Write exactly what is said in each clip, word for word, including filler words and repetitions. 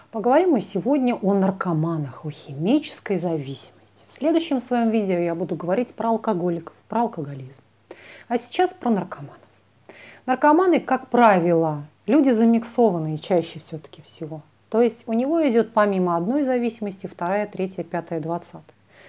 Поговорим мы сегодня о наркоманах, о химической зависимости. В следующем своем видео я буду говорить про алкоголиков, про алкоголизм. А сейчас про наркоманов. Наркоманы, как правило, люди замиксованные чаще все-таки всего. То есть у него идет помимо одной зависимости вторая, третья, пятая, двадцатая.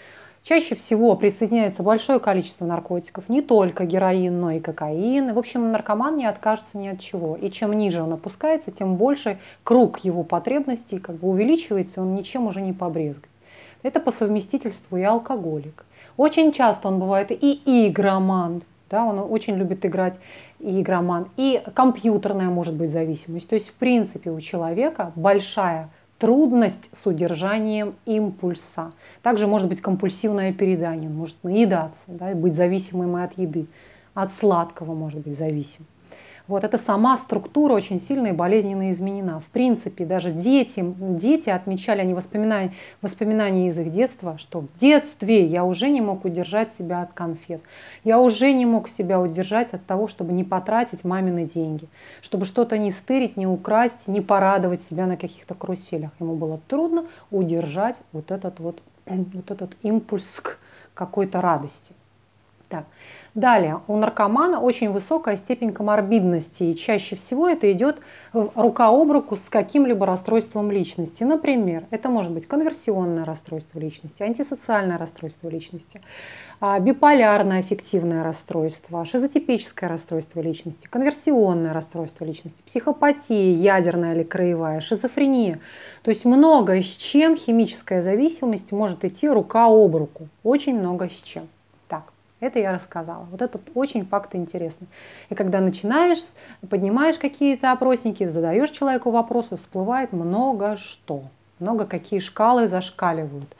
Чаще всего присоединяется большое количество наркотиков, не только героин, но и кокаин. В общем, наркоман не откажется ни от чего. И чем ниже он опускается, тем больше круг его потребностей как бы увеличивается, он ничем уже не побрезгает. Это по совместительству и алкоголик. Очень часто он бывает и игроман. Да, он очень любит играть, и игроман, и компьютерная может быть зависимость. То есть, в принципе, у человека большая трудность с удержанием импульса. Также может быть компульсивное переедание, он может наедаться, да, быть зависимым и от еды, от сладкого может быть зависим. Вот эта сама структура очень сильно и болезненно изменена. В принципе, даже дети, дети отмечали они воспоминания, воспоминания из их детства, что в детстве я уже не мог удержать себя от конфет. Я уже не мог себя удержать от того, чтобы не потратить мамины деньги, чтобы что-то не стырить, не украсть, не порадовать себя на каких-то каруселях. Ему было трудно удержать вот этот, вот, вот этот импульс к какой-то радости. Так. Далее, у наркомана очень высокая степень коморбидности, и чаще всего это идет рука об руку с каким-либо расстройством личности. Например, это может быть конверсионное расстройство личности, антисоциальное расстройство личности, биполярное аффективное расстройство, шизотипическое расстройство личности, конверсионное расстройство личности, психопатия, ядерная или краевая, шизофрения. То есть много с чем химическая зависимость может идти рука об руку, очень много с чем. Это я рассказала. Вот этот очень факт интересный. И когда начинаешь, поднимаешь какие-то опросники, задаешь человеку вопросы, всплывает много что. Много какие шкалы зашкаливают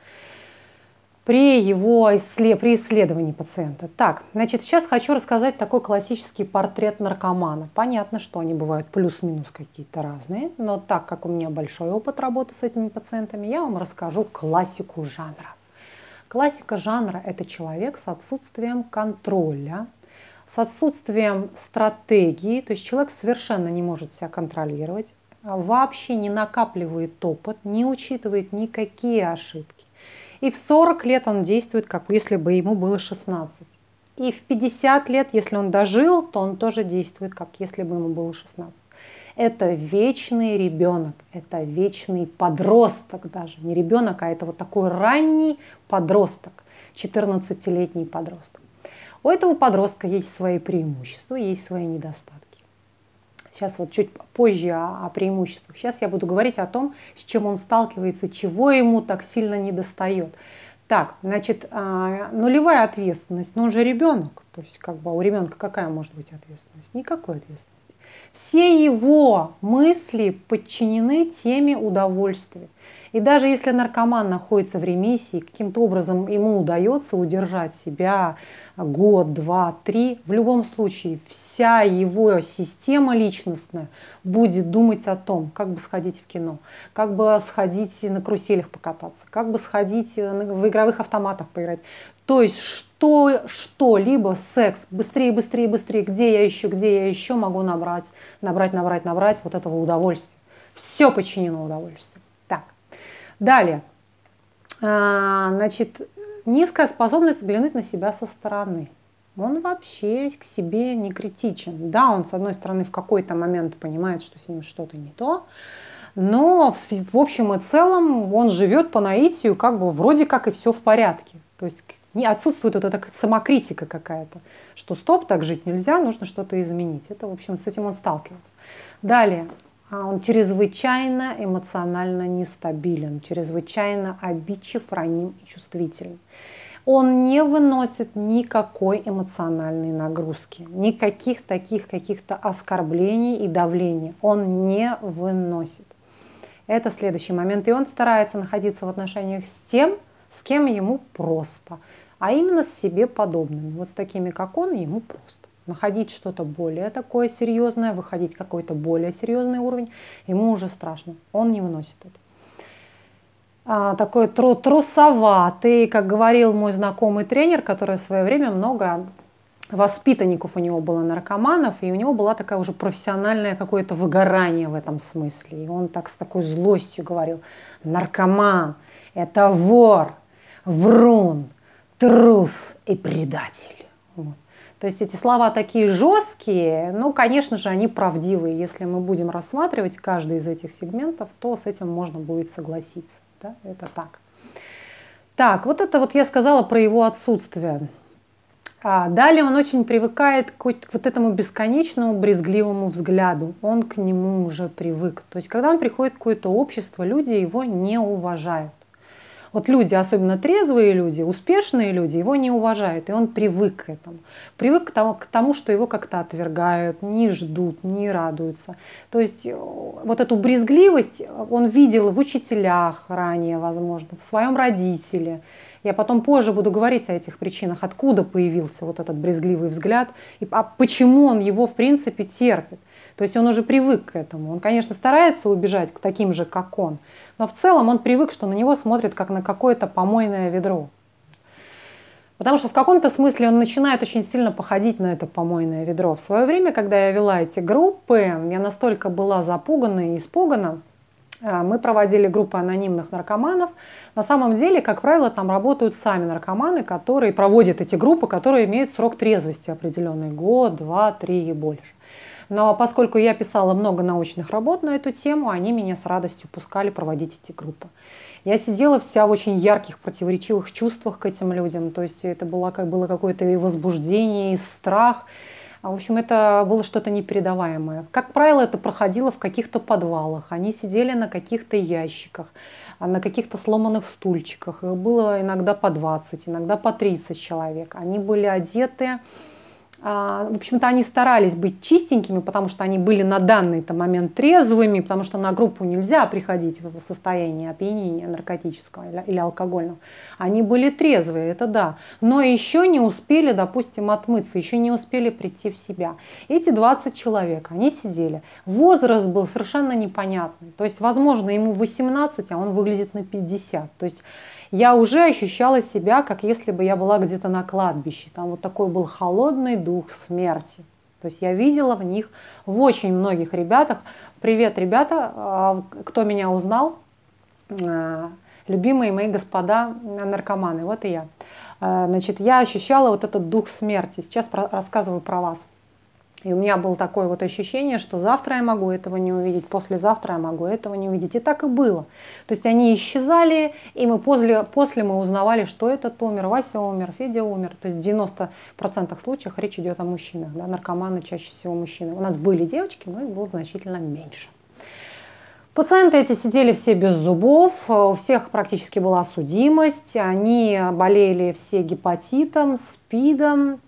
при его исслед... при исследовании пациента. Так, значит, сейчас хочу рассказать такой классический портрет наркомана. Понятно, что они бывают плюс-минус какие-то разные, но так как у меня большой опыт работы с этими пациентами, я вам расскажу классику жанра. Классика жанра – это человек с отсутствием контроля, с отсутствием стратегии, то есть человек совершенно не может себя контролировать, вообще не накапливает опыт, не учитывает никакие ошибки. И в сорок лет он действует, как если бы ему было шестнадцать. И в пятьдесят лет, если он дожил, то он тоже действует, как если бы ему было шестнадцать. Это вечный ребенок, это вечный подросток даже. Не ребенок, а это вот такой ранний подросток, четырнадцатилетний подросток. У этого подростка есть свои преимущества, есть свои недостатки. Сейчас вот чуть позже о, о преимуществах. Сейчас я буду говорить о том, с чем он сталкивается, чего ему так сильно недостает. Так, значит, нулевая ответственность, но он же ребенок. То есть как бы у ребенка какая может быть ответственность? Никакой ответственности. Все его мысли подчинены теме удовольствия. И даже если наркоман находится в ремиссии, каким-то образом ему удается удержать себя год, два, три, в любом случае вся его система личностная будет думать о том, как бы сходить в кино, как бы сходить на каруселях покататься, как бы сходить в игровых автоматах поиграть. То есть что, что-либо, секс, быстрее, быстрее, быстрее, где я еще, где я еще могу набрать, набрать, набрать, набрать вот этого удовольствия. Все подчинено удовольствию. Так, далее. А, значит, низкая способность взглянуть на себя со стороны. Он вообще к себе не критичен. Да, он с одной стороны в какой-то момент понимает, что с ним что-то не то, но в, в общем и целом он живет по наитию, как бы вроде как и все в порядке. То есть не отсутствует вот эта самокритика какая-то, что стоп, так жить нельзя, нужно что-то изменить. Это, в общем, с этим он сталкивается. Далее, он чрезвычайно эмоционально нестабилен, чрезвычайно обидчив, раним и чувствителен. Он не выносит никакой эмоциональной нагрузки, никаких таких каких-то оскорблений и давления. Он не выносит. Это следующий момент. И он старается находиться в отношениях с тем, с кем ему просто, а именно с себе подобными. Вот с такими, как он, ему просто. Находить что-то более такое серьезное, выходить в какой-то более серьезный уровень, ему уже страшно. Он не выносит это. А, такой тру трусоватый, как говорил мой знакомый тренер, который в свое время много воспитанников у него было наркоманов, и у него была такая уже профессиональное какое-то выгорание в этом смысле. И он так с такой злостью говорил: наркоман – это вор, врун, трус и предатель. Вот. То есть эти слова такие жесткие, но, конечно же, они правдивые. Если мы будем рассматривать каждый из этих сегментов, то с этим можно будет согласиться. Да? Это так. Так, вот это вот я сказала про его отсутствие. А далее он очень привыкает к вот этому бесконечному брезгливому взгляду. Он к нему уже привык. То есть, когда он приходит в какое-то общество, люди его не уважают. Вот люди, особенно трезвые люди, успешные люди, его не уважают. И он привык к этому. Привык к тому, к тому, что его как-то отвергают, не ждут, не радуются. То есть, вот эту брезгливость он видел в учителях ранее, возможно, в своем родителе. Я потом позже буду говорить о этих причинах, откуда появился вот этот брезгливый взгляд, и а почему он его, в принципе, терпит. То есть он уже привык к этому. Он, конечно, старается убежать к таким же, как он, но в целом он привык, что на него смотрят как на какое-то помойное ведро. Потому что в каком-то смысле он начинает очень сильно походить на это помойное ведро. В свое время, когда я вела эти группы, я настолько была запугана и испугана. Мы проводили группы анонимных наркоманов. На самом деле, как правило, там работают сами наркоманы, которые проводят эти группы, которые имеют срок трезвости определенный, год, два, три и больше. Но поскольку я писала много научных работ на эту тему, они меня с радостью пускали проводить эти группы. Я сидела вся в очень ярких, противоречивых чувствах к этим людям. То есть это было, как было какое-то и возбуждение, и страх. В общем, это было что-то непередаваемое. Как правило, это проходило в каких-то подвалах. Они сидели на каких-то ящиках, на каких-то сломанных стульчиках. Их было иногда по двадцать, иногда по тридцать человек. Они были одеты... В общем-то, они старались быть чистенькими, потому что они были на данный-то момент трезвыми, потому что на группу нельзя приходить в состоянии опьянения наркотического или алкогольного. Они были трезвые, это да, но еще не успели, допустим, отмыться, еще не успели прийти в себя. Эти двадцать человек, они сидели. Возраст был совершенно непонятный. То есть, возможно, ему восемнадцать, а он выглядит на пятьдесят. То есть, я уже ощущала себя, как если бы я была где-то на кладбище. Там вот такой был холодный дух смерти. То есть я видела в них, в очень многих ребятах. Привет, ребята, кто меня узнал? Любимые мои господа наркоманы, вот и я. Значит, я ощущала вот этот дух смерти. Сейчас рассказываю про вас. И у меня было такое вот ощущение, что завтра я могу этого не увидеть, послезавтра я могу этого не увидеть. И так и было. То есть они исчезали, и мы после, после мы узнавали, что этот умер, Вася умер, Федя умер. То есть в девяноста процентах случаев речь идет о мужчинах. Да? Наркоманы чаще всего мужчины. У нас были девочки, но их было значительно меньше. Пациенты эти сидели все без зубов, у всех практически была судимость. Они болели все гепатитом, СПИДом.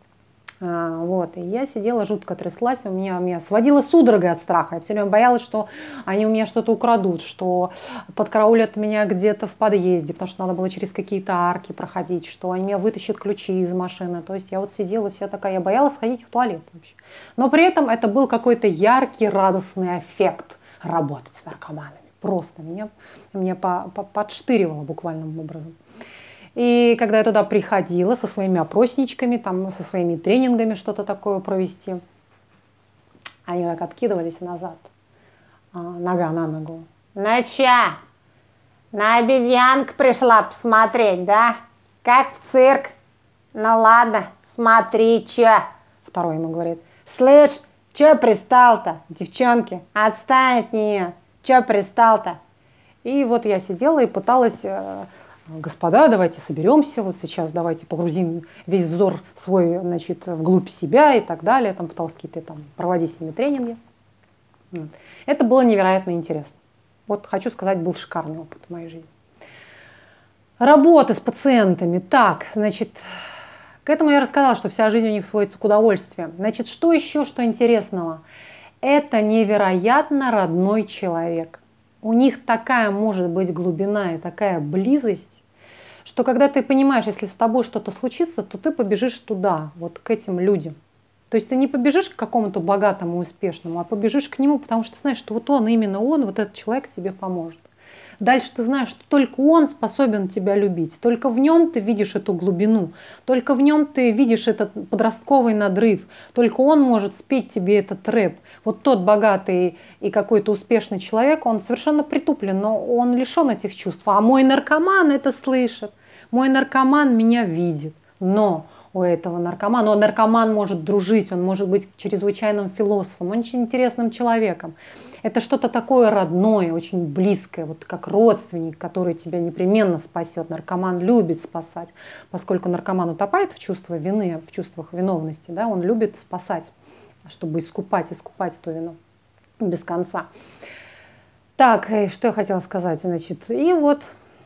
Вот. И я сидела, жутко тряслась, у меня, меня сводила судорогой от страха. Я все время боялась, что они у меня что-то украдут, что подкараулят меня где-то в подъезде, потому что надо было через какие-то арки проходить, что они меня вытащат ключи из машины. То есть я вот сидела вся такая, я боялась ходить в туалет вообще. Но при этом это был какой-то яркий, радостный эффект работать с наркоманами. Просто меня, меня по, по, подштыривало буквальным образом. И когда я туда приходила со своими опросничками, там, со своими тренингами что-то такое провести, они как откидывались назад, нога на ногу. Ну чё, на обезьянку пришла посмотреть, да? Как в цирк? Ну ладно, смотри, чё. Второй ему говорит: слышь, чё пристал-то, девчонки? Отстань от нее, чё пристал-то? И вот я сидела и пыталась... Господа, давайте соберемся, вот сейчас давайте погрузим весь взор свой, значит, вглубь себя и так далее. Там пыталась какие-то там проводить с ними тренинги. Это было невероятно интересно. Вот хочу сказать, был шикарный опыт в моей жизни. Работа с пациентами. Так, значит, к этому я рассказала, что вся жизнь у них сводится к удовольствию. Значит, что еще, что интересного? Это невероятно родной человек. У них такая может быть глубина и такая близость, что когда ты понимаешь, если с тобой что-то случится, то ты побежишь туда, вот к этим людям. То есть ты не побежишь к какому-то богатому, успешному, а побежишь к нему, потому что знаешь, что вот он, именно он, вот этот человек тебе поможет. Дальше ты знаешь, что только он способен тебя любить, только в нем ты видишь эту глубину, только в нем ты видишь этот подростковый надрыв, только он может спеть тебе этот рэп. Вот тот богатый и какой-то успешный человек, он совершенно притуплен, но он лишен этих чувств. А мой наркоман это слышит, мой наркоман меня видит, но у этого наркомана, он наркоман может дружить, он может быть чрезвычайным философом, очень интересным человеком. Это что-то такое родное, очень близкое, вот как родственник, который тебя непременно спасет. Наркоман любит спасать, поскольку наркоман утопает в чувство вины, в чувствах виновности, да, он любит спасать, чтобы искупать, искупать эту вину без конца. Так, что я хотела сказать, значит, и вот,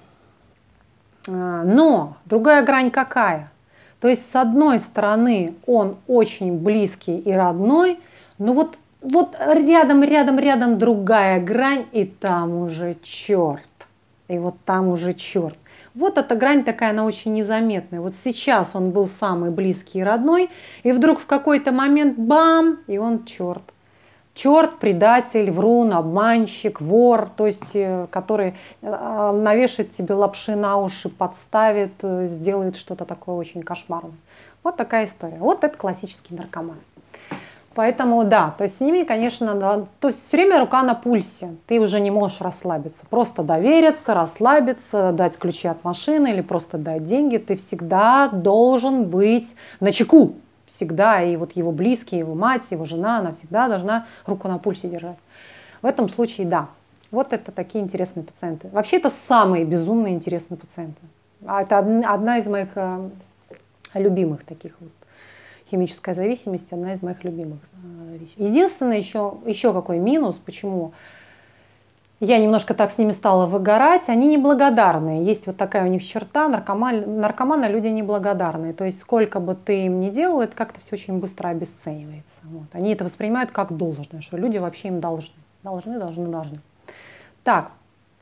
но другая грань какая? То есть, с одной стороны, он очень близкий и родной, но вот, вот рядом, рядом, рядом другая грань, и там уже черт. И вот там уже черт. Вот эта грань такая, она очень незаметная. Вот сейчас он был самый близкий и родной, и вдруг в какой-то момент бам, и он черт. Черт, предатель, врун, обманщик, вор, то есть, который навешает тебе лапши на уши, подставит, сделает что-то такое очень кошмарное. Вот такая история. Вот это классический наркоман. Поэтому да, то есть с ними, конечно, да, то есть все время рука на пульсе. Ты уже не можешь расслабиться. Просто довериться, расслабиться, дать ключи от машины или просто дать деньги. Ты всегда должен быть начеку. Всегда, и вот его близкие, его мать, его жена, она всегда должна руку на пульсе держать. В этом случае, да, вот это такие интересные пациенты. Вообще это самые безумные интересные пациенты. А это одна из моих любимых таких вот. Химическая зависимость, одна из моих любимых вещей. Единственное, еще, еще какой минус, почему я немножко так с ними стала выгорать, они неблагодарные. Есть вот такая у них черта, наркоман, наркоманы люди неблагодарные. То есть сколько бы ты им ни делал, это как-то все очень быстро обесценивается. Вот. Они это воспринимают как должное, что люди вообще им должны. Должны, должны, должны. Так,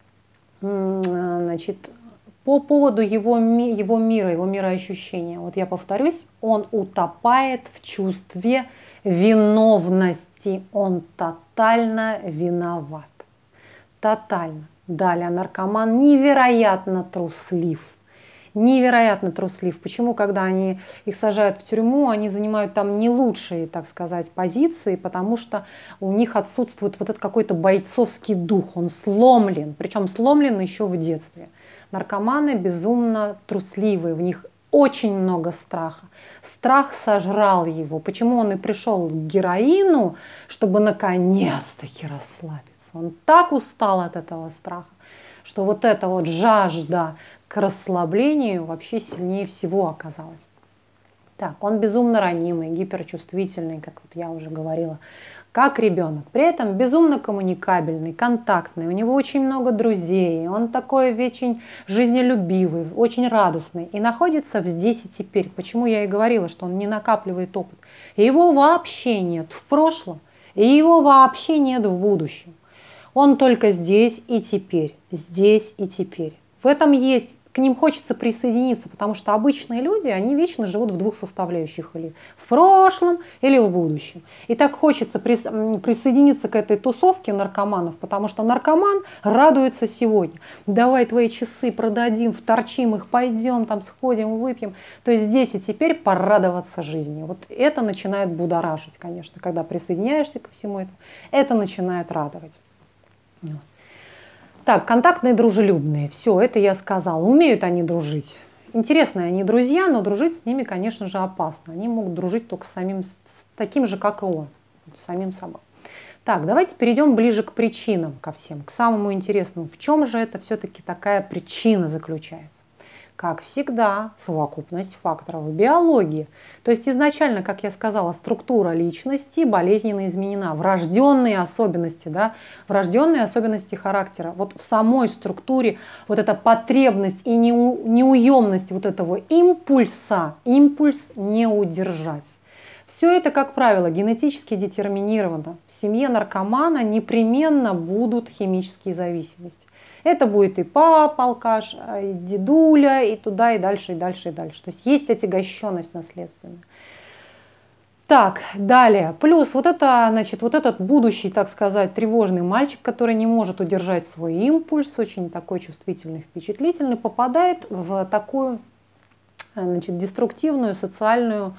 значит, по поводу его, его мира, его мироощущения. Вот я повторюсь, он утопает в чувстве виновности. Он тотально виноват. Тотально. Далее, наркоман невероятно труслив. Невероятно труслив. Почему, когда они их сажают в тюрьму, они занимают там не лучшие, так сказать, позиции, потому что у них отсутствует вот этот какой-то бойцовский дух. Он сломлен, причем сломлен еще в детстве. Наркоманы безумно трусливые, в них очень много страха. Страх сожрал его. Почему он и пришел к героину, чтобы наконец-таки расслабиться. Он так устал от этого страха, что вот эта вот жажда к расслаблению вообще сильнее всего оказалась. Так, он безумно ранимый, гиперчувствительный, как вот я уже говорила, как ребенок. При этом безумно коммуникабельный, контактный, у него очень много друзей, он такой очень жизнелюбивый, очень радостный и находится в здесь и теперь. Почему я и говорила, что он не накапливает опыт. Его вообще нет в прошлом, и его вообще нет в будущем. Он только здесь и теперь, здесь и теперь. В этом есть, к ним хочется присоединиться, потому что обычные люди, они вечно живут в двух составляющих, или в прошлом, или в будущем. И так хочется прис, присоединиться к этой тусовке наркоманов, потому что наркоман радуется сегодня. Давай твои часы продадим, вторчим их, пойдем, там сходим, выпьем. То есть здесь и теперь порадоваться жизни. Вот это начинает будоражить, конечно, когда присоединяешься ко всему этому. Это начинает радовать. Так, контактные, дружелюбные. Все, это я сказала. Умеют они дружить. Интересные они друзья, но дружить с ними, конечно же, опасно. Они могут дружить только с, самим, с таким же, как и он, с самим собой. Так, давайте перейдем ближе к причинам, ко всем, к самому интересному. В чем же это все-таки такая причина заключается? Как всегда, совокупность факторов в биологии. То есть изначально, как я сказала, структура личности болезненно изменена. Врожденные особенности, да, врожденные особенности характера. Вот в самой структуре вот эта потребность и неуемность вот этого импульса, импульс не удержать. Все это, как правило, генетически детерминировано. В семье наркомана непременно будут химические зависимости. Это будет и папа алкаш, и дедуля, и туда, и дальше, и дальше, и дальше. То есть есть отягощенность наследственная. Так, далее. Плюс вот, это, значит, вот этот будущий, так сказать, тревожный мальчик, который не может удержать свой импульс, очень такой чувствительный, впечатлительный, попадает в такую, значит, деструктивную, социальную,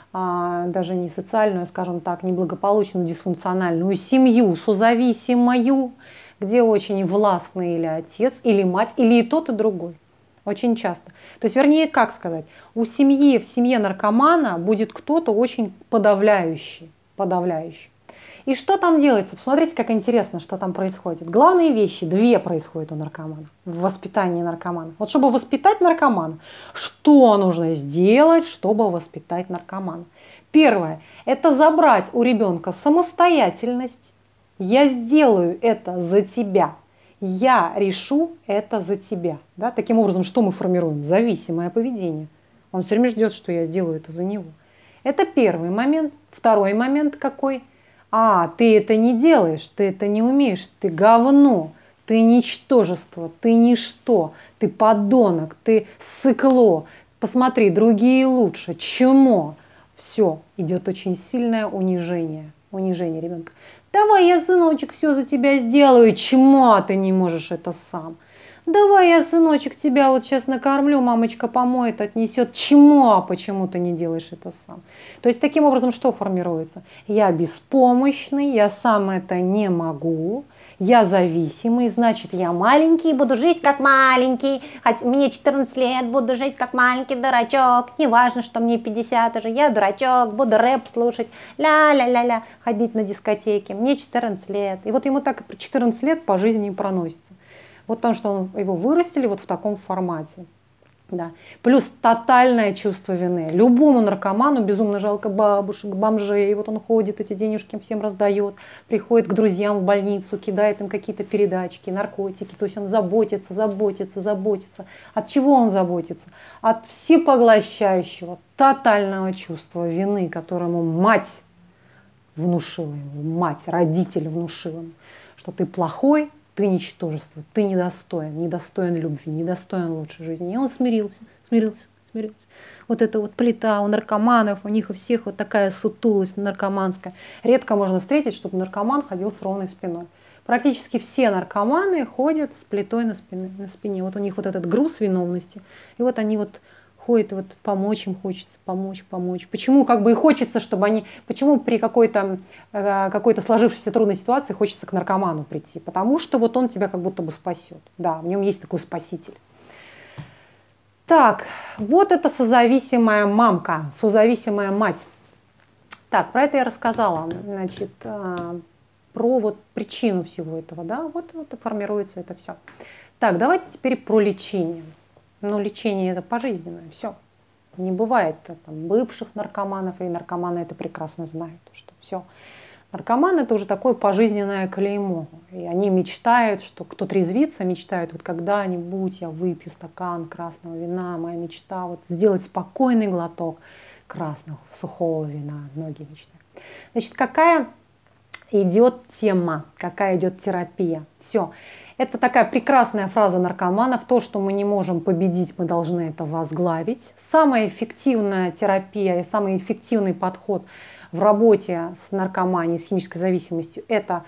а, даже не социальную, скажем так, неблагополучную, дисфункциональную семью, созависимую, где очень властный или отец, или мать, или и тот, и другой. Очень часто. То есть, вернее, как сказать, у семьи, в семье наркомана будет кто-то очень подавляющий, подавляющий. И что там делается? Посмотрите, как интересно, что там происходит. Главные вещи, две происходят у наркомана, в воспитании наркомана. Вот чтобы воспитать наркомана, что нужно сделать, чтобы воспитать наркомана? Первое, это забрать у ребенка самостоятельность. Я сделаю это за тебя. Я решу это за тебя. Да? Таким образом, что мы формируем? Зависимое поведение. Он все время ждет, что я сделаю это за него. Это первый момент. Второй момент какой? А, ты это не делаешь, ты это не умеешь, ты говно, ты ничтожество, ты ничто, ты подонок, ты сыкло. Посмотри, другие лучше. Чмо? Все, идет очень сильное унижение. Унижение ребенка. Давай я, сыночек, все за тебя сделаю. Чмо ты не можешь это сам? Давай я, сыночек, тебя вот сейчас накормлю, мамочка помоет, отнесет. Чмо, почему ты не делаешь это сам? То есть таким образом что формируется? Я беспомощный, я сам это не могу. Я зависимый, значит, я маленький, буду жить как маленький. Хоть мне четырнадцать лет, буду жить как маленький дурачок. Не важно, что мне пятьдесят уже, я дурачок, буду рэп слушать. Ля-ля-ля-ля, ходить на дискотеки. Мне четырнадцать лет. И вот ему так четырнадцать лет по жизни и проносится. Вот потому что он, его вырастили вот в таком формате. Да. Плюс тотальное чувство вины. Любому наркоману безумно жалко бабушек, бомжей. Вот он ходит, эти денежки всем раздает, приходит к друзьям в больницу, кидает им какие-то передачки, наркотики. То есть он заботится, заботится, заботится. От чего он заботится? От всепоглощающего, тотального чувства вины, которому мать внушила ему, мать, родитель внушил ему, что ты плохой, ты ничтожество, ты недостоин, недостоин любви, недостоин лучшей жизни. И он смирился, смирился, смирился. Вот это вот плита у наркоманов, у них у всех вот такая сутулость наркоманская. Редко можно встретить, чтобы наркоман ходил с ровной спиной. Практически все наркоманы ходят с плитой на спине, на спине. Вот у них вот этот груз виновности. И вот они вот ходят, вот помочь им хочется, помочь, помочь. Почему как бы и хочется, чтобы они, почему при какой-то э, какой-то сложившейся трудной ситуации хочется к наркоману прийти? Потому что вот он тебя как будто бы спасет. Да, в нем есть такой спаситель. Так, вот это созависимая мамка, созависимая мать. Так, про это я рассказала, значит, э, про вот причину всего этого, да, вот, вот и формируется это все. Так, давайте теперь про лечение. Но лечение это пожизненное, все. Не бывает там, бывших наркоманов, и наркоманы это прекрасно знают, что все. Наркоман это уже такое пожизненное клеймо. И они мечтают, что кто трезвится, мечтают, вот когда-нибудь я выпью стакан красного вина, моя мечта, вот сделать спокойный глоток красного, сухого вина, многие мечтают. Значит, какая идет тема, какая идет терапия? Все. Это такая прекрасная фраза наркоманов. То, что мы не можем победить, мы должны это возглавить. Самая эффективная терапия и самый эффективный подход в работе с наркоманией, с химической зависимостью, это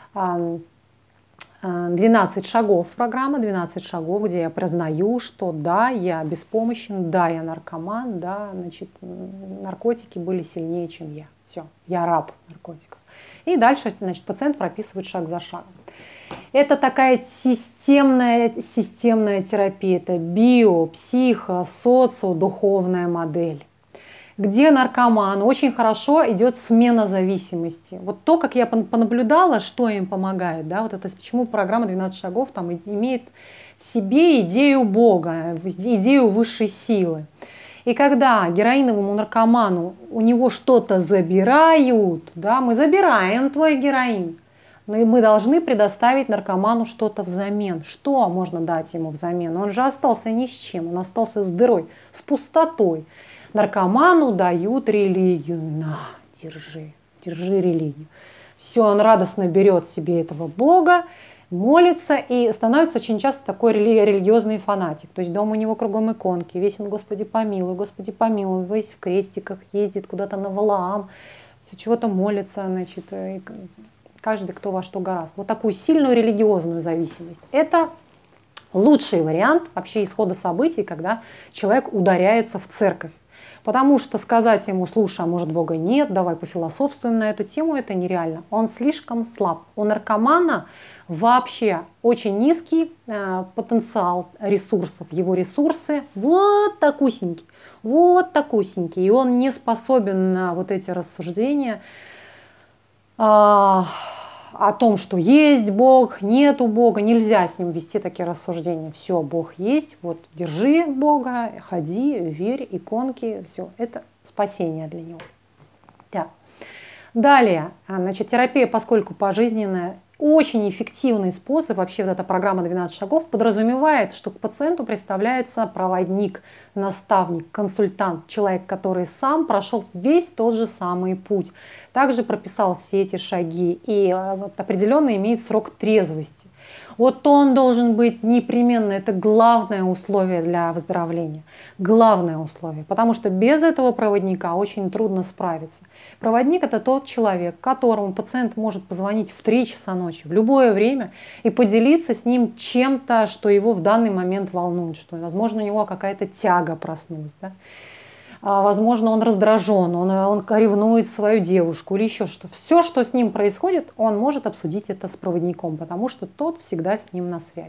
двенадцать шагов программа, двенадцать шагов, где я признаю, что да, я беспомощен, да, я наркоман, да, значит, наркотики были сильнее, чем я. Все, я раб наркотиков. И дальше, значит, пациент прописывает шаг за шагом. Это такая системная, системная терапия, это био, психо, социо, духовная модель, где наркоман очень хорошо идет смена зависимости. Вот то, как я понаблюдала, что им помогает, да, вот это почему программа двенадцать шагов там имеет в себе идею Бога, идею высшей силы. И когда героиновому наркоману у него что-то забирают, да, мы забираем твой героин, но мы должны предоставить наркоману что-то взамен. Что можно дать ему взамен? Он же остался ни с чем, он остался с дырой, с пустотой. Наркоману дают религию. На, держи, держи религию. Все, он радостно берет себе этого Бога, молится и становится очень часто такой рели- религиозный фанатик. То есть дома у него кругом иконки, весь он Господи помилуй, Господи помилуй, весь в крестиках ездит куда-то на Валаам, все чего-то молится, значит, и каждый кто во что гораздо. Вот такую сильную религиозную зависимость. Это лучший вариант вообще исхода событий, когда человек ударяется в церковь. Потому что сказать ему: слушай, а может Бога нет, давай пофилософствуем на эту тему, это нереально. Он слишком слаб. У наркомана вообще очень низкий э, потенциал ресурсов. Его ресурсы вот такусенькие, вот такусенькие. И он не способен на вот эти рассуждения э, о том, что есть Бог, нету Бога. Нельзя с ним вести такие рассуждения. Все, Бог есть, вот держи Бога, ходи, верь, иконки, все, это спасение для него. Да. Далее, значит, терапия, поскольку пожизненная, очень эффективный способ, вообще вот эта программа двенадцать шагов подразумевает, что к пациенту представляется проводник, наставник, консультант, человек, который сам прошел весь тот же самый путь, также прописал все эти шаги и вот определенно имеет срок трезвости. Вот он должен быть непременно, это главное условие для выздоровления, главное условие, потому что без этого проводника очень трудно справиться. Проводник – это тот человек, которому пациент может позвонить в три часа ночи, в любое время, и поделиться с ним чем-то, что его в данный момент волнует, что, возможно, у него какая-то тяга проснулась, да? Возможно, он раздражен, он, он ревнует свою девушку или еще что-то. Все, что с ним происходит, он может обсудить это с проводником, потому что тот всегда с ним на связи.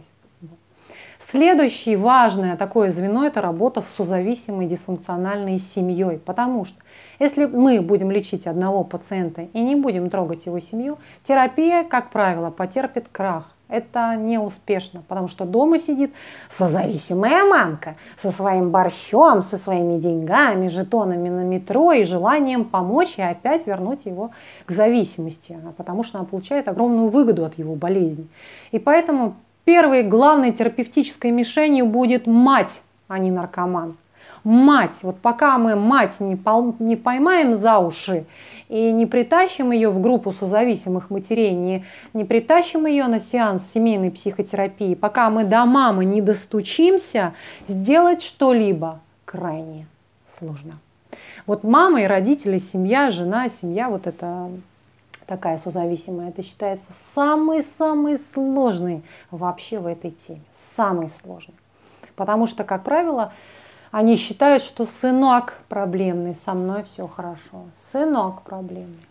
Следующее важное такое звено – это работа с созависимой дисфункциональной семьей, потому что если мы будем лечить одного пациента и не будем трогать его семью, терапия, как правило, потерпит крах. Это неуспешно, потому что дома сидит созависимая мамка со своим борщом, со своими деньгами, жетонами на метро и желанием помочь и опять вернуть его к зависимости, потому что она получает огромную выгоду от его болезни. И поэтому первой главной терапевтической мишенью будет мать, а не наркоман. Мать. Вот пока мы мать не, пол, не поймаем за уши и не притащим ее в группу созависимых матерей, не, не притащим ее на сеанс семейной психотерапии, пока мы до мамы не достучимся, сделать что-либо крайне сложно. Вот мама и родители, семья, жена, семья, вот это такая созависимая, это считается самый-самый сложный вообще в этой теме. Самый сложный. Потому что, как правило, они считают, что сынок проблемный, со мной все хорошо. Сынок проблемный.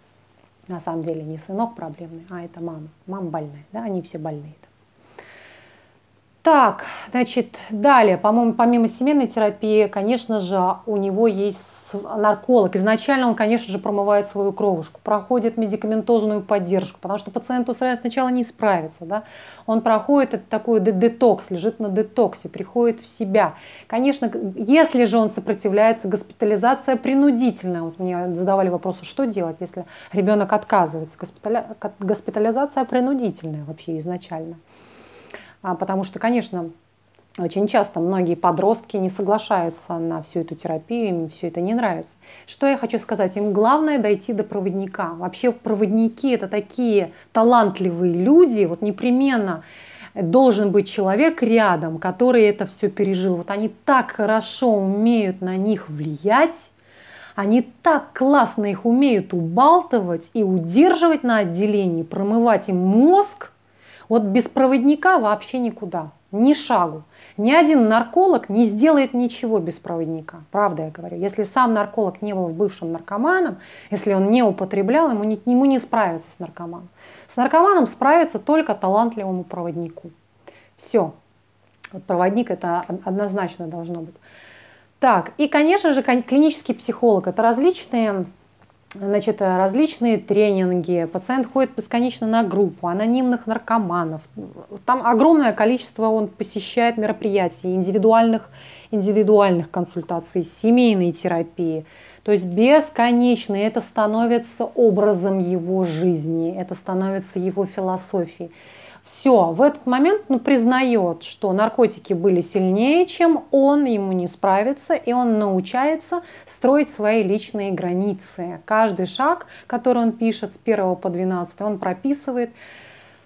На самом деле не сынок проблемный, а это мама. Мама больная, да, они все больные. Так, значит, далее, по-моему, помимо семейной терапии, конечно же, у него есть нарколог. Изначально он, конечно же, промывает свою кровушку, проходит медикаментозную поддержку, потому что пациенту сначала не справится. Да? Он проходит это такой детокс, лежит на детоксе, приходит в себя. Конечно, если же он сопротивляется, госпитализация принудительная. Вот мне задавали вопрос, что делать, если ребенок отказывается. Госпиталя... Госпитализация принудительная вообще изначально. А, потому что, конечно, очень часто многие подростки не соглашаются на всю эту терапию, им все это не нравится. Что я хочу сказать? Им главное дойти до проводника. Вообще проводники – это такие талантливые люди, вот непременно должен быть человек рядом, который это все пережил. Вот они так хорошо умеют на них влиять, они так классно их умеют убалтывать и удерживать на отделении, промывать им мозг. Вот без проводника вообще никуда, ни шагу. Ни один нарколог не сделает ничего без проводника. Правда я говорю. Если сам нарколог не был бывшим наркоманом, если он не употреблял, ему не, ему не справиться с наркоманом. С наркоманом справится только талантливому проводнику. Все. Вот проводник это однозначно должно быть. Так, и, конечно же, клинический психолог. Это различные... Значит, различные тренинги, пациент ходит бесконечно на группу анонимных наркоманов. Там огромное количество он посещает мероприятий, индивидуальных, индивидуальных консультаций, семейной терапии. То есть бесконечно это становится образом его жизни, это становится его философией. Все, в этот момент он признает, что наркотики были сильнее, чем он, ему не справится, и он научается строить свои личные границы. Каждый шаг, который он пишет с первого по двенадцатый, он прописывает,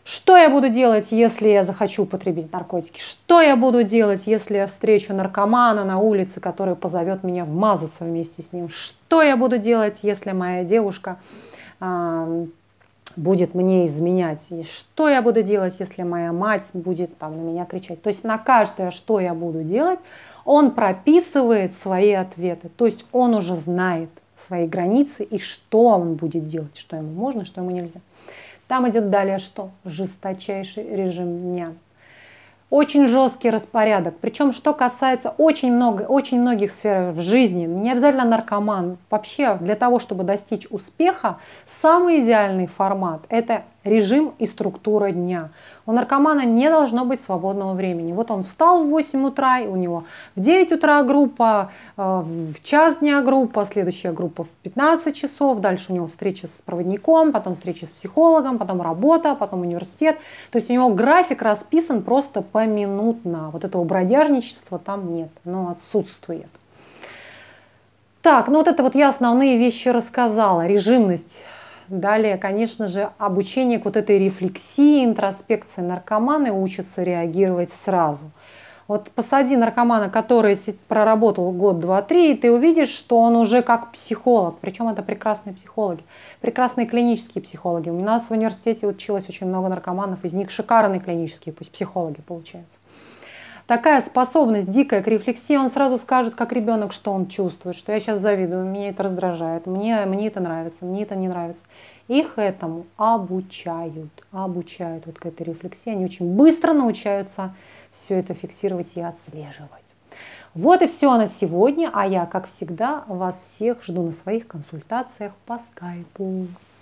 Что я буду делать, если я захочу употребить наркотики? Что я буду делать, если я встречу наркомана на улице, который позовет меня вмазаться вместе с ним? Что я буду делать, если моя девушка э, будет мне изменять? И что я буду делать, если моя мать будет там, на меня кричать? То есть на каждое, что я буду делать, он прописывает свои ответы. То есть он уже знает свои границы и что он будет делать, что ему можно, что ему нельзя. Там идет далее что? Жесточайший режим дня. Очень жесткий распорядок. Причем, что касается очень, много, очень многих сфер в жизни, не обязательно наркоман. Вообще, для того, чтобы достичь успеха, самый идеальный формат – это режим и структура дня. У наркомана не должно быть свободного времени. Вот он встал в восемь утра, и у него в девять утра группа, в час дня группа, следующая группа в пятнадцать часов, дальше у него встреча с проводником, потом встреча с психологом, потом работа, потом университет. То есть у него график расписан просто поминутно. Вот этого бродяжничества там нет, оно отсутствует. Так, ну вот это вот я основные вещи рассказала. Режимность. Далее, конечно же, обучение к вот этой рефлексии, интроспекции. Наркоманы учатся реагировать сразу. Вот посади наркомана, который проработал год, два, три, и ты увидишь, что он уже как психолог. Причем это прекрасные психологи, прекрасные клинические психологи. У нас в университете училось очень много наркоманов, из них шикарные клинические психологи получаются. Такая способность дикая к рефлексии, он сразу скажет, как ребенок, что он чувствует, что я сейчас завидую, меня это раздражает, мне, мне это нравится, мне это не нравится. Их этому обучают, обучают вот к этой рефлексии. Они очень быстро научаются все это фиксировать и отслеживать. Вот и все на сегодня, а я, как всегда, вас всех жду на своих консультациях по скайпу.